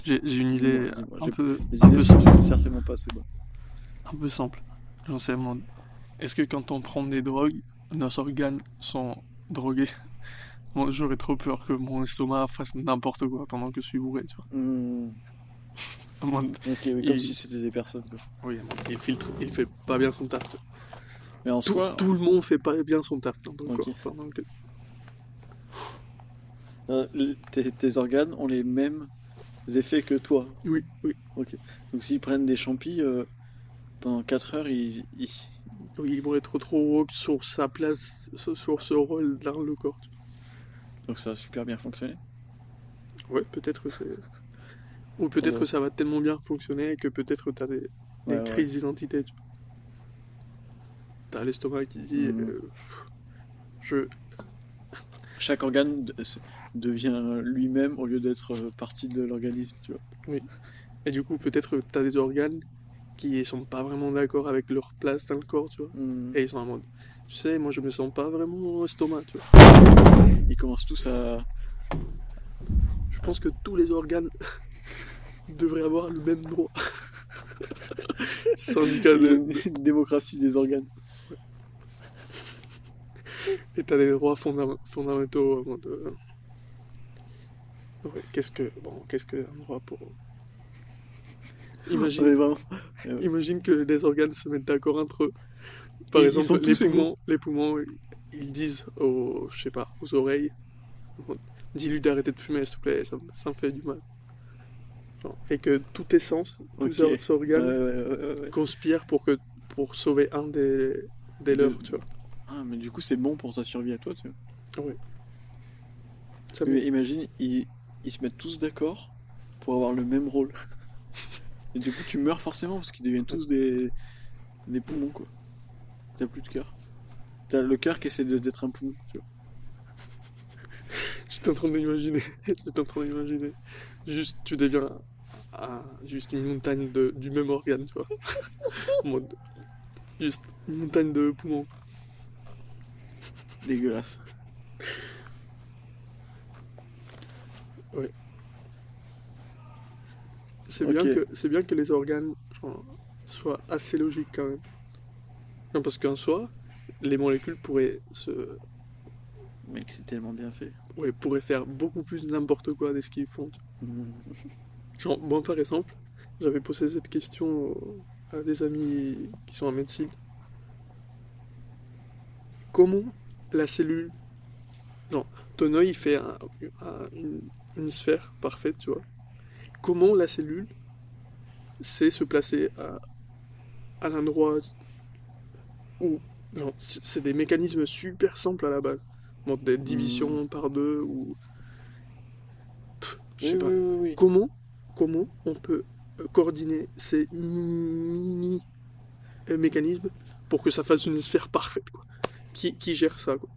J'ai une idée Dis-moi. Les un idées peu sont simple. certainement pas assez bonnes. Un peu simple. J'en sais moi. Est-ce que quand on prend des drogues, nos organes sont drogués? Moi, j'aurais trop peur que mon estomac fasse n'importe quoi pendant que je suis bourré, tu vois. Hmm. À moins de- Ok, oui, comme si il, c'était des personnes, quoi. oui, il filtre, il fait pas bien son taf. Tu vois. Mais en soi, Tout le monde fait pas bien son taf dans ton ok. corps pendant que. Tes organes ont les mêmes effets que toi. Oui, oui, Ok. Donc s'ils prennent des champis, pendant 4 heures, oui, il pourrait être trop woke sur sa place, sur ce rôle dans le corps. Tu Donc ça a super bien fonctionné. vois. Ouais, peut-être que c'est. Ou Ça peut-être doit- que ça va tellement bien fonctionner que peut-être t'as Ouais, des ouais. crises d'identité. Tu vois. T'as l'estomac qui dit Hmm. je. Chaque organe devient lui-même au lieu d'être partie de l'organisme, tu vois. Oui. Et du coup, peut-être que t'as des organes qui sont pas vraiment d'accord avec leur place dans le corps, tu vois. Hmm. Et ils sont en mode, tu sais, moi je me sens pas vraiment estomac, tu vois. Ils commencent tous à... Je pense que tous les organes devraient avoir le même droit. Syndicat Il y a de. une démocratie des organes. Et t'as des droits fondamentaux en mode. Ouais, qu'est-ce que un droit pour. On Imagine, est vraiment... imagine que les organes se mettent d'accord entre eux. Par Ils exemple, sont tous égaux. les poumons, ils disent aux, je sais pas, aux oreilles, dis-lui d'arrêter de fumer, s'il te plaît, ça me fait du mal. Genre, et que tous tes sens, tous Ok. tes organes Ouais. conspirent pour sauver un des De- leurs, tu vois. Ah, mais du coup, c'est bon pour ta survie à toi, tu vois. Ouais. Ça Mais me... imagine, ils se mettent tous d'accord pour avoir le même rôle. Et du coup, tu meurs forcément parce qu'ils deviennent tous des poumons, quoi. T'as plus de cœur. T'as le cœur qui essaie d'être un poumon, tu vois. J'étais en train d'imaginer. J'étais en train d'imaginer. Juste, tu deviens juste une montagne du même organe, tu vois. En mode, juste une montagne de poumons. Dégueulasse. Ouais. Ok. C'est bien que les organes genre, soient assez logiques quand même. Non, parce qu'en soi, les molécules Mec, c'est tellement bien fait. pourraient faire beaucoup plus n'importe quoi de ce qu'ils font. Genre, moi par exemple, j'avais posé cette question à des amis qui sont en médecine. Comment la cellule, genre, ton œil il fait une sphère parfaite, tu vois. Comment la cellule sait se placer à l'endroit où, genre, c'est des mécanismes super simples à la base. Bon, des Hmm. divisions par deux ou, je Oui, sais pas. oui. Comment, comment on peut coordonner ces mini mécanismes pour que ça fasse une sphère parfaite, quoi. Qui gère ça, quoi.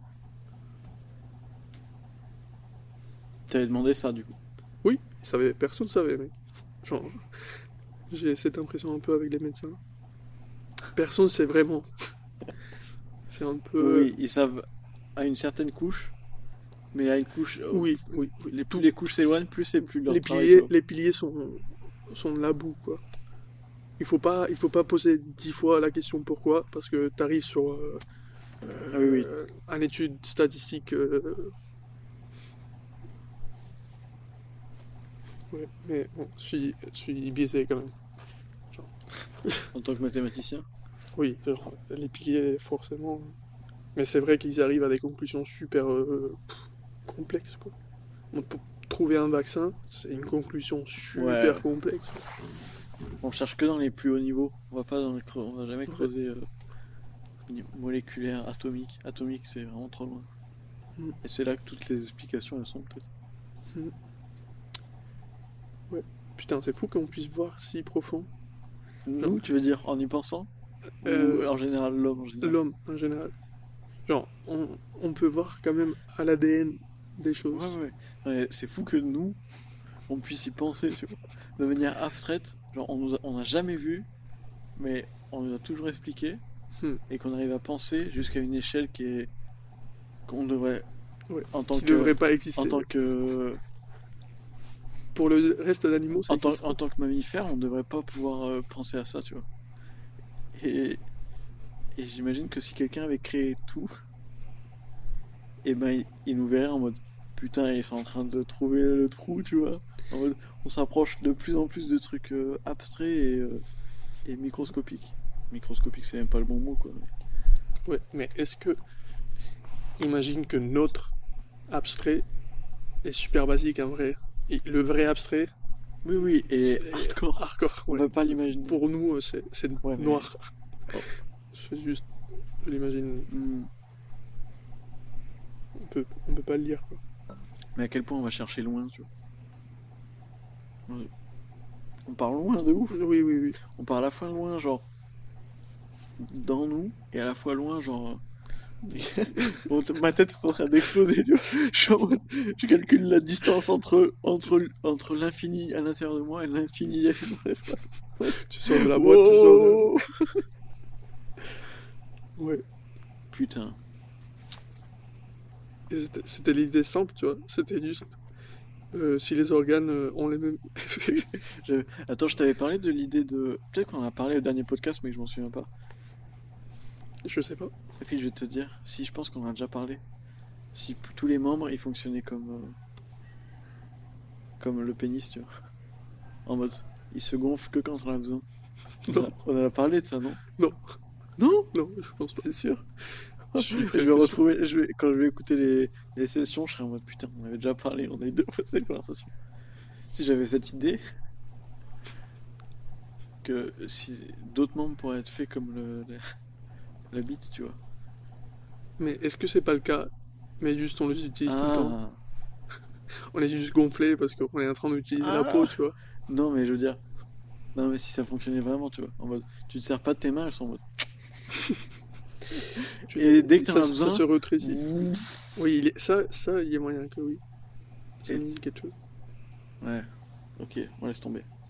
T'avais demandé ça, du coup. Oui, personne ne savait, mec. Genre, j'ai cette impression un peu avec les médecins. Personne sait vraiment. C'est un peu. Oui, ils savent à une certaine couche, mais à une couche... Oui. plus les couches s'éloignent, plus c'est plus leur travail, tu vois. Les piliers sont de la boue, quoi. Il faut pas poser 10 fois la question pourquoi, parce que t'arrives sur Ah oui. une étude statistique. Ouais, mais bon, je suis biaisé quand même. Genre, En tant que mathématicien. oui, genre, les piliers, forcément. Mais c'est vrai qu'ils arrivent à des conclusions super complexes, quoi. Bon, pour trouver un vaccin, c'est une conclusion Ouais. super complexe. On cherche que dans les plus hauts niveaux. On va pas on va jamais Ouais. creuser moléculaire, atomique. Atomique, c'est vraiment trop loin. Mm, Et c'est là que toutes les explications elles sont peut-être. mm, ouais. Putain, c'est fou qu'on puisse voir si profond. Genre, Nous, tu veux dire en y pensant? Ou euh, en général, l'homme en général? l'homme en général. Genre, on peut voir quand même à l'ADN des Ouais, choses. ouais. Ouais, c'est fou que nous, on puisse y penser, tu vois. De manière abstraite. Genre, on n'a jamais vu, mais on nous a toujours expliqué. Hmm, Et qu'on arrive à penser jusqu'à une échelle qu'on devrait, ouais. en tant Qui que, devrait pas en exister. tant que pour le reste d'animaux, ça En tant, existe. en tant que mammifère, on devrait pas pouvoir penser à ça, tu vois. Et, et j'imagine que si quelqu'un avait créé tout, et ben il nous verrait en mode putain, ils sont en train de trouver le trou, tu vois. En mode, on s'approche de plus en plus de trucs abstraits et microscopiques. Microscopique, c'est même pas le bon mot, quoi. Ouais, mais est-ce que. Imagine que notre abstrait est super basique en vrai. Et le vrai abstrait, Oui, oui, et c'est hardcore. hardcore. On Ouais. va pas l'imaginer. Pour nous, c'est Ouais, mais- noir. Oh. C'est juste. Je l'imagine. Hmm. On peut pas le lire, quoi. Mais à quel point on va chercher loin, tu vois. On part loin de ouf. Oui, oui, oui. On part à la fois loin, genre, dans nous, et à la fois loin, genre... Bon, ma tête est en train d'exploser, tu vois. Je calcule la distance entre l'infini à l'intérieur de moi et l'infini dans l'espace. Tu sors de la boîte, tu sors de. Wow. Ouais. Putain. Et c'était l'idée simple, tu vois. C'était juste. Si les organes ont les mêmes. Attends, je t'avais parlé de l'idée de... Peut-être qu'on en a parlé au dernier podcast, mais que je m'en souviens pas. Je sais pas. Et puis je vais te dire, si je pense qu'on en a déjà parlé. Si tous les membres, ils fonctionnaient comme le pénis, tu vois. En mode, il se gonfle que quand on a besoin. Non. On en a parlé de ça, non? Non. Non? Non, je pense pas. C'est sûr. Je suis Je presque vais sûr. retrouver, quand je vais écouter les sessions, je serai en mode putain, on avait déjà parlé, on a eu 2 fois cette conversation. Si j'avais cette idée que si d'autres membres pourraient être faits comme la bite, tu vois. Mais est-ce que c'est pas le cas? Mais juste on les utilise tout le temps. Ah. On est juste gonflé parce qu'on est en train d'utiliser la Ah. peau, tu vois. Non, mais je veux dire. Non, mais si ça fonctionnait vraiment, tu vois. En mode, tu te sers pas de tes mains, elles sont en mode. Et dès que t'en ça, as besoin. ça se rétrécit. Ouf. Oui, ça, il y a moyen que oui. Ça Et- me dit quelque chose. Ouais. Ok, on laisse tomber.